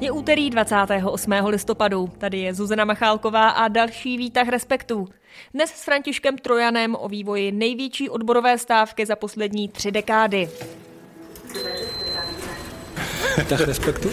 Je úterý 28. listopadu. Tady je Zuzana Machálková a další výtah Respektu. Dnes s Františkem Trojanem o vývoji největší odborové stávky za poslední 3 dekády. Výtah Respektu?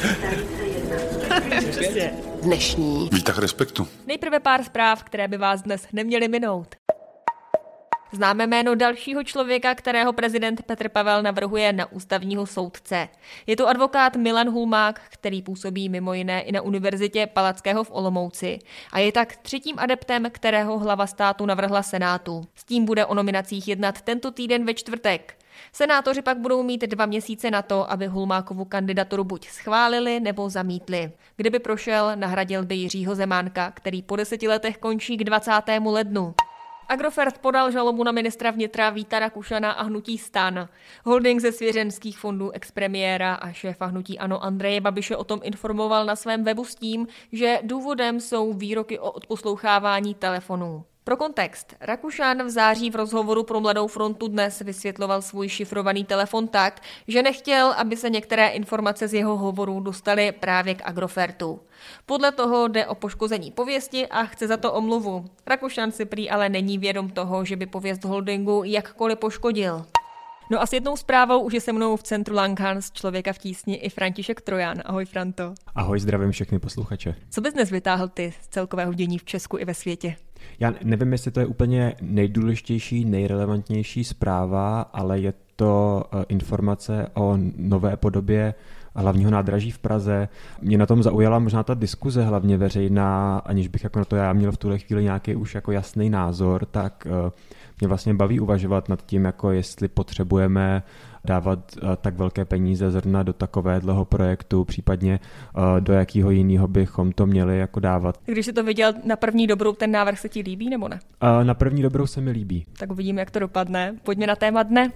Dnešní Výtah Respektu. Nejprve pár zpráv, které by vás dnes neměly minout. Známe jméno dalšího člověka, kterého prezident Petr Pavel navrhuje na ústavního soudce. Je to advokát Milan Hulmák, který působí mimo jiné i na Univerzitě Palackého v Olomouci a je tak 3. adeptem, kterého hlava státu navrhla Senátu. S tím bude o nominacích jednat tento týden ve čtvrtek. Senátoři pak budou mít 2 měsíce na to, aby Hulmákovu kandidaturu buď schválili nebo zamítli. Kdyby prošel, nahradil by Jiřího Zemánka, který po 10 letech končí k 20. lednu. Agrofert podal žalobu na ministra vnitra Víta Rakušana a hnutí STAN. Holding ze svěřenských fondů expremiéra a šéfa hnutí ANO Andreje Babiše o tom informoval na svém webu s tím, že důvodem jsou výroky o odposlouchávání telefonů. Pro kontext, Rakušan v září v rozhovoru pro Mladou frontu Dnes vysvětloval svůj šifrovaný telefon tak, že nechtěl, aby se některé informace z jeho hovorů dostaly právě k Agrofertu. Podle toho jde o poškození pověsti a chce za to omluvu. Rakušan si prý ale není vědom toho, že by pověst holdingu jakkoliv poškodil. No a s jednou zprávou už je se mnou v centru Langhans Člověka v tísni i František Trojan. Ahoj Franto. Ahoj, zdravím všechny posluchače. Co bys dnes vytáhl ty z celkového dění v Česku i ve světě? Já nevím, jestli to je úplně nejdůležitější, nejrelevantnější zpráva, ale je to informace o nové podobě hlavního nádraží v Praze. Mě na tom zaujala možná ta diskuze hlavně veřejná, aniž bych jako na to já měl v tuhle chvíli nějaký už jako jasný názor, tak mě vlastně baví uvažovat nad tím, jako jestli potřebujeme dávat tak velké peníze zrovna do takového projektu, případně do jakého jiného bychom to měli jako dávat. Když jsi to viděl na první dobrou, ten návrh se ti líbí nebo ne? Na první dobrou se mi líbí. Tak uvidíme, jak to dopadne. Pojďme na téma dne.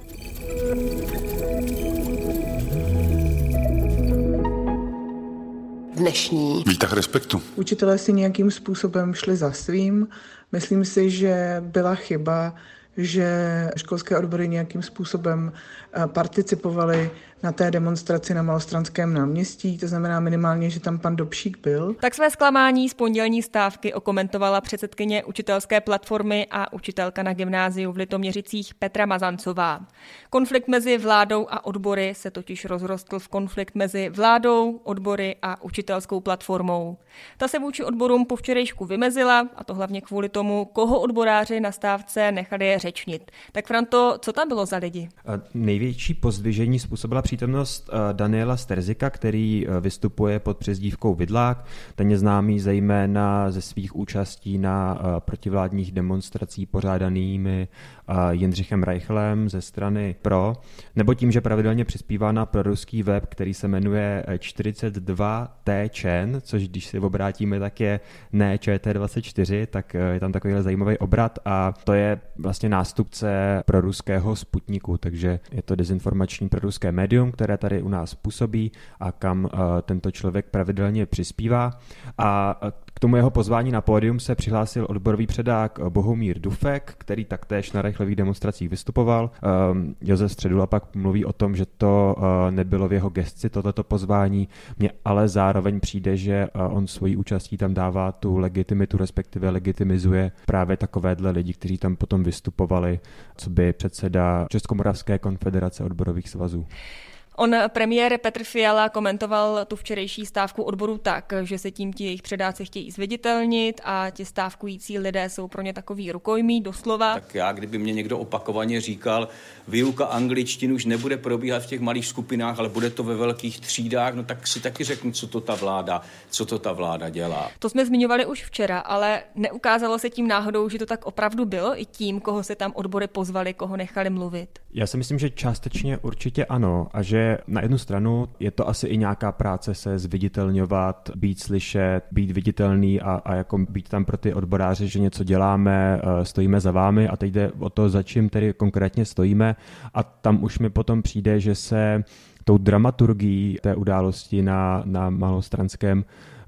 dnešní Výtah Respektu. Učitelé si nějakým způsobem šli za svým. Myslím si, že byla chyba, že školské odbory nějakým způsobem participovaly na té demonstraci na Malostranském náměstí, to znamená minimálně, že tam pan Dobšík byl. Tak své zklamání z pondělní stávky okomentovala předsedkyně učitelské platformy a učitelka na gymnáziu v Litoměřicích Petra Mazancová. Konflikt mezi vládou a odbory se totiž rozrostl v konflikt mezi vládou, odbory a učitelskou platformou. Ta se vůči odborům po včerejšku vymezila, a to hlavně kvůli tomu, koho odboráři na stávce nechali řečnit. Tak Franto, co tam bylo za lidi? Největší pozdvižení způsobila přítomnost Daniela Sterzika, který vystupuje pod přezdívkou Vidlák. Ten je známý zejména ze svých účastí na protivládních demonstracích pořádanými Jindřichem Reichlem ze strany Pro, nebo tím, že pravidelně přispívá na proruský web, který se jmenuje 42tčen, což když si obrátíme, tak je ne ČT24, tak je tam takovýhle zajímavý obrat a to je vlastně nástupce proruského Sputniku, takže je to dezinformační proruské médium, které tady u nás působí a kam tento člověk pravidelně přispívá. A k tomu jeho pozvání na pódium se přihlásil odborový předák Bohumír Dufek, který taktéž na rychlých demonstracích vystupoval. Josef Středula pak mluví o tom, že to nebylo v jeho gesci tohleto pozvání. Mně ale zároveň přijde, že on svojí účastí tam dává tu legitimitu, respektive legitimizuje právě takovéhle lidi, kteří tam potom vystupovali, co by předseda Českomoravské konfederace odborových svazů. On, premiér Petr Fiala, komentoval tu včerejší stávku odborů tak, že se tím ti jejich předáci chtějí zviditelnit a ti stávkující lidé jsou pro ně takový rukojmí, doslova. Tak já, kdyby mě někdo opakovaně říkal, výuka angličtiny už nebude probíhat v těch malých skupinách, ale bude to ve velkých třídách, no tak si taky řeknu, co to ta vláda dělá. To jsme zmiňovali už včera, ale neukázalo se tím náhodou, že to tak opravdu bylo i tím, koho se tam odbory pozvali, koho nechali mluvit? Já si myslím, že částečně určitě ano a že na jednu stranu je to asi i nějaká práce se zviditelňovat, být slyšet, být viditelný a jako být tam pro ty odboráře, že něco děláme, stojíme za vámi a teď jde o to, za čím tedy konkrétně stojíme a tam už mi potom přijde, že se tou dramaturgií té události na Malostranském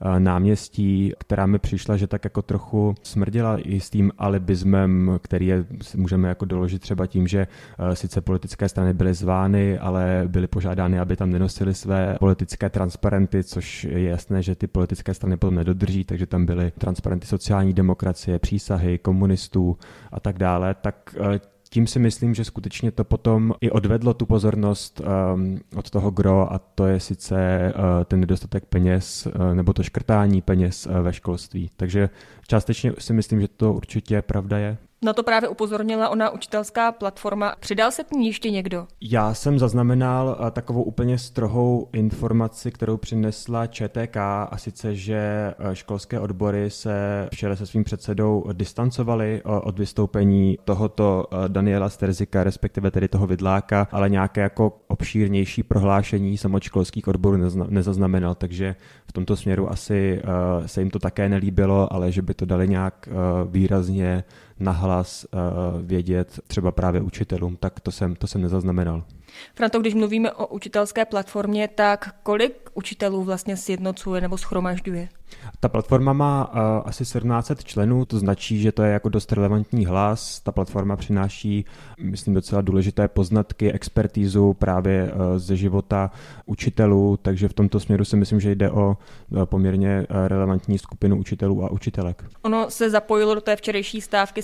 náměstí, která mi přišla, že tak jako trochu smrděla i s tím alibismem, který můžeme jako doložit třeba tím, že sice politické strany byly zvány, ale byly požádány, aby tam nenosily své politické transparenty, což je jasné, že ty politické strany potom nedodrží, takže tam byly transparenty sociální demokracie, přísahy komunistů a tak dále, tak tím si myslím, že skutečně to potom i odvedlo tu pozornost od toho gro, a to je sice ten nedostatek peněz nebo to škrtání peněz ve školství. Takže částečně si myslím, že to určitě pravda je. Na to právě upozornila ona učitelská platforma. Přidal se k ní ještě někdo? Já jsem zaznamenal takovou úplně strohou informaci, kterou přinesla ČTK, a sice, že školské odbory se včera se svým předsedou distancovali od vystoupení tohoto Daniela Sterzika, respektive tedy toho Vidláka, ale nějaké jako obšírnější prohlášení jsem od školských odborů nezaznamenal, takže v tomto směru asi se jim to také nelíbilo, ale že by to dali nějak výrazně nahlas vědět třeba právě učitelům, tak to jsem nezaznamenal. Franto, když mluvíme o učitelské platformě, tak kolik učitelů vlastně sjednocuje nebo shromažďuje? Ta platforma má asi 1700 členů, to značí, že to je jako dost relevantní hlas. Ta platforma přináší, myslím, docela důležité poznatky, expertízu právě ze života učitelů, takže v tomto směru si myslím, že jde o poměrně relevantní skupinu učitelů a učitelek. Ono se zapojilo do té včerejší stávky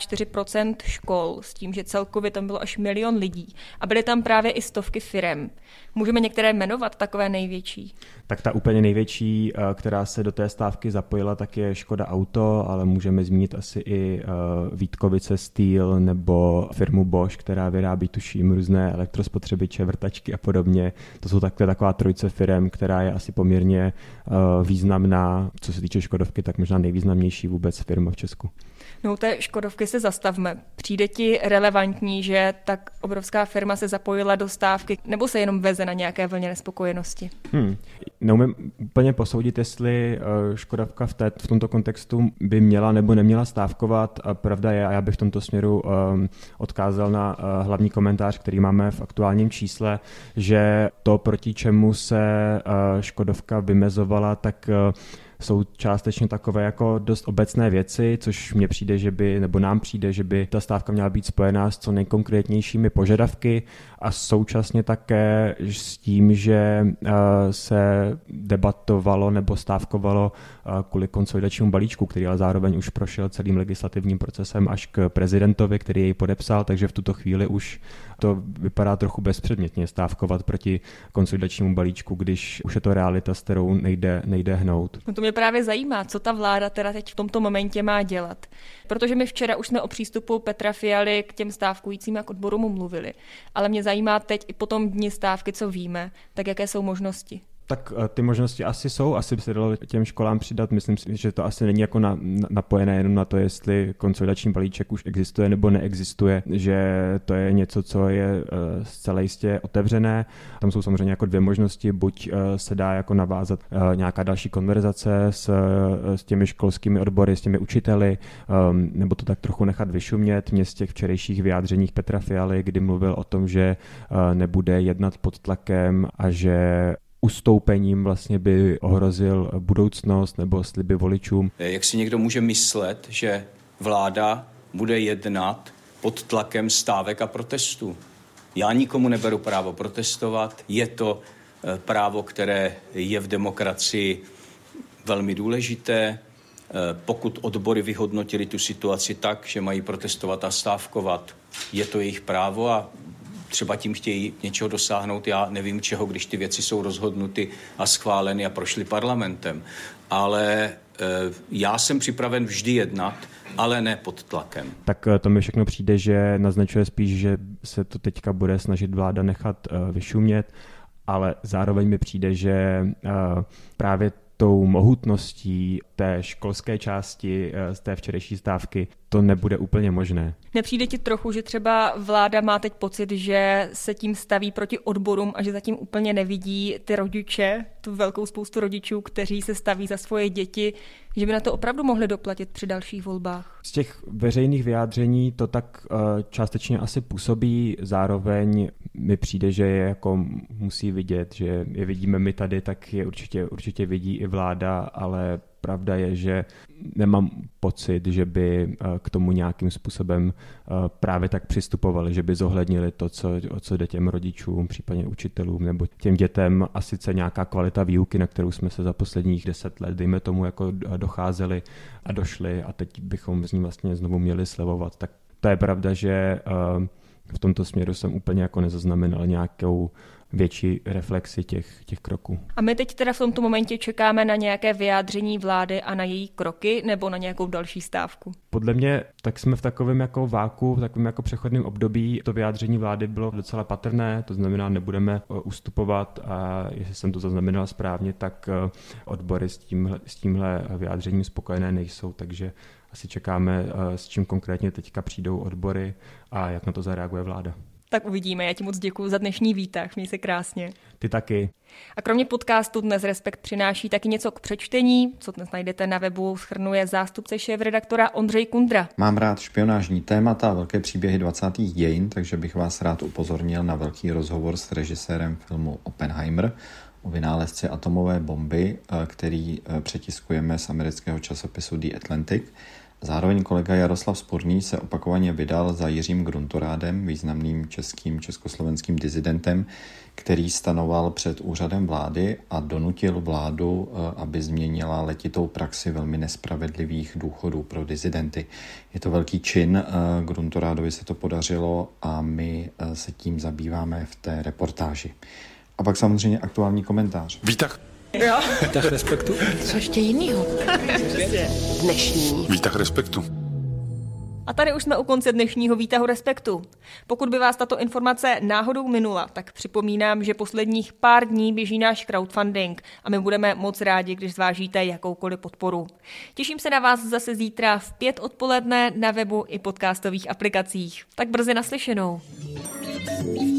74% škol, s tím, že celkově tam bylo až 1 milion lidí a byly tam právě i stovky firem. Můžeme některé jmenovat, takové největší? Tak ta úplně největší, která se do té stávky zapojila, tak je Škoda Auto, ale můžeme zmínit asi i Vítkovice Steel nebo firmu Bosch, která vyrábí, tuším, různé elektrospotřebiče, vrtačky a podobně. To jsou taková trojice firem, která je asi poměrně významná, co se týče Škodovky, tak možná nejvýznamnější vůbec firma v Česku. No, té Škodovky se zastavme. Přijde ti relevantní, že tak obrovská firma se zapojila do stávky, nebo se jenom veze na nějaké vlně nespokojenosti? Neumím úplně posoudit, jestli Škodovka v tomto kontextu by měla nebo neměla stávkovat. Pravda je, a já bych v tomto směru odkázal na hlavní komentář, který máme v aktuálním čísle, že to, proti čemu se Škodovka vymezovala, tak jsou částečně takové jako dost obecné věci, což mně přijde, nám přijde, že by ta stávka měla být spojená s co nejkonkrétnějšími požadavky a současně také s tím, že se debatovalo nebo stávkovalo kvůli konsolidačnímu balíčku, který ale zároveň už prošel celým legislativním procesem až k prezidentovi, který jej podepsal, takže v tuto chvíli už to vypadá trochu bezpředmětně stávkovat proti konsolidačnímu balíčku, když už je to realita, s kterou nejde hnout. No to mě právě zajímá, co ta vláda teda teď v tomto momentě má dělat. Protože my včera už jsme o přístupu Petra Fialy k těm stávkujícím a k odborům mluvili. Ale mě zajímá teď i po tom dni stávky, co víme, tak jaké jsou možnosti. Tak ty možnosti asi jsou, asi by se dalo těm školám přidat. Myslím si, že to asi není jako napojené jenom na to, jestli konsolidační balíček už existuje nebo neexistuje, že to je něco, co je zcela jistě otevřené. Tam jsou samozřejmě jako 2 možnosti, buď se dá jako navázat nějaká další konverzace s těmi školskými odbory, s těmi učiteli, nebo to tak trochu nechat vyšumět. Mě z těch včerejších vyjádřeních Petra Fialy, kdy mluvil o tom, že nebude jednat pod tlakem a že ustoupením vlastně by ohrozil budoucnost nebo sliby voličům. Jak si někdo může myslet, že vláda bude jednat pod tlakem stávek a protestů? Já nikomu neberu právo protestovat, je to právo, které je v demokracii velmi důležité. Pokud odbory vyhodnotili tu situaci tak, že mají protestovat a stávkovat, je to jejich právo a třeba tím chtějí něčeho dosáhnout, já nevím čeho, když ty věci jsou rozhodnuty a schváleny a prošly parlamentem. Ale já jsem připraven vždy jednat, ale ne pod tlakem. Tak to mi všechno přijde, že naznačuje spíš, že se to teďka bude snažit vláda nechat vyšumět, ale zároveň mi přijde, že právě tou mohutností té školské části z té včerejší stávky to nebude úplně možné. Nepřijde ti trochu, že třeba vláda má teď pocit, že se tím staví proti odborům a že zatím úplně nevidí ty rodiče, tu velkou spoustu rodičů, kteří se staví za svoje děti, že by na to opravdu mohli doplatit při dalších volbách? Z těch veřejných vyjádření to tak částečně asi působí, zároveň mi přijde, že je jako musí vidět, že je vidíme my tady, tak je určitě vidí i vláda, ale pravda je, že nemám pocit, že by k tomu nějakým způsobem právě tak přistupovali, že by zohlednili to, o co jde těm rodičům, případně učitelům nebo těm dětem, a sice nějaká kvalita výuky, na kterou jsme se za posledních 10 let, dejme tomu, jako docházeli a došli, a teď bychom z ní vlastně znovu měli slevovat. Tak to je pravda, že v tomto směru jsem úplně jako nezaznamenal nějakou větší reflexi těch kroků. A my teď teda v tomto momentě čekáme na nějaké vyjádření vlády a na její kroky nebo na nějakou další stávku? Podle mě tak jsme v takovém jako váku, v takovém jako přechodném období. To vyjádření vlády bylo docela patrné, to znamená, nebudeme ustupovat, a jestli jsem to zaznamenal správně, tak odbory s tímhle vyjádřením spokojené nejsou, takže asi čekáme, s čím konkrétně teďka přijdou odbory a jak na to zareaguje vláda. Tak uvidíme. Já ti moc děkuju za dnešní výtah. Měj se krásně. Ty taky. A kromě podcastu Dnes Respekt přináší taky něco k přečtení, co dnes najdete na webu, shrnuje zástupce šéfredaktora Ondřej Kundra. Mám rád špionážní témata a velké příběhy 20. dějin, takže bych vás rád upozornil na velký rozhovor s režisérem filmu Oppenheimer o vynálezci atomové bomby, který přetiskujeme z amerického časopisu The Atlantic. Zároveň kolega Jaroslav Spurný se opakovaně vydal za Jiřím Gruntorádem, významným československým disidentem, který stanoval před úřadem vlády a donutil vládu, aby změnila letitou praxi velmi nespravedlivých důchodů pro disidenty. Je to velký čin, Gruntorádovi se to podařilo a my se tím zabýváme v té reportáži. A pak samozřejmě aktuální komentář. Výtah. Jo. Výtah Respektu. Co ještě jinýho? Dnešní. Výtah Respektu. A tady už jsme u konce dnešního výtahu Respektu. Pokud by vás tato informace náhodou minula, tak připomínám, že posledních pár dní běží náš crowdfunding a my budeme moc rádi, když zvážíte jakoukoliv podporu. Těším se na vás zase zítra v 5 odpoledne na webu i podcastových aplikacích. Tak brzy naslyšenou.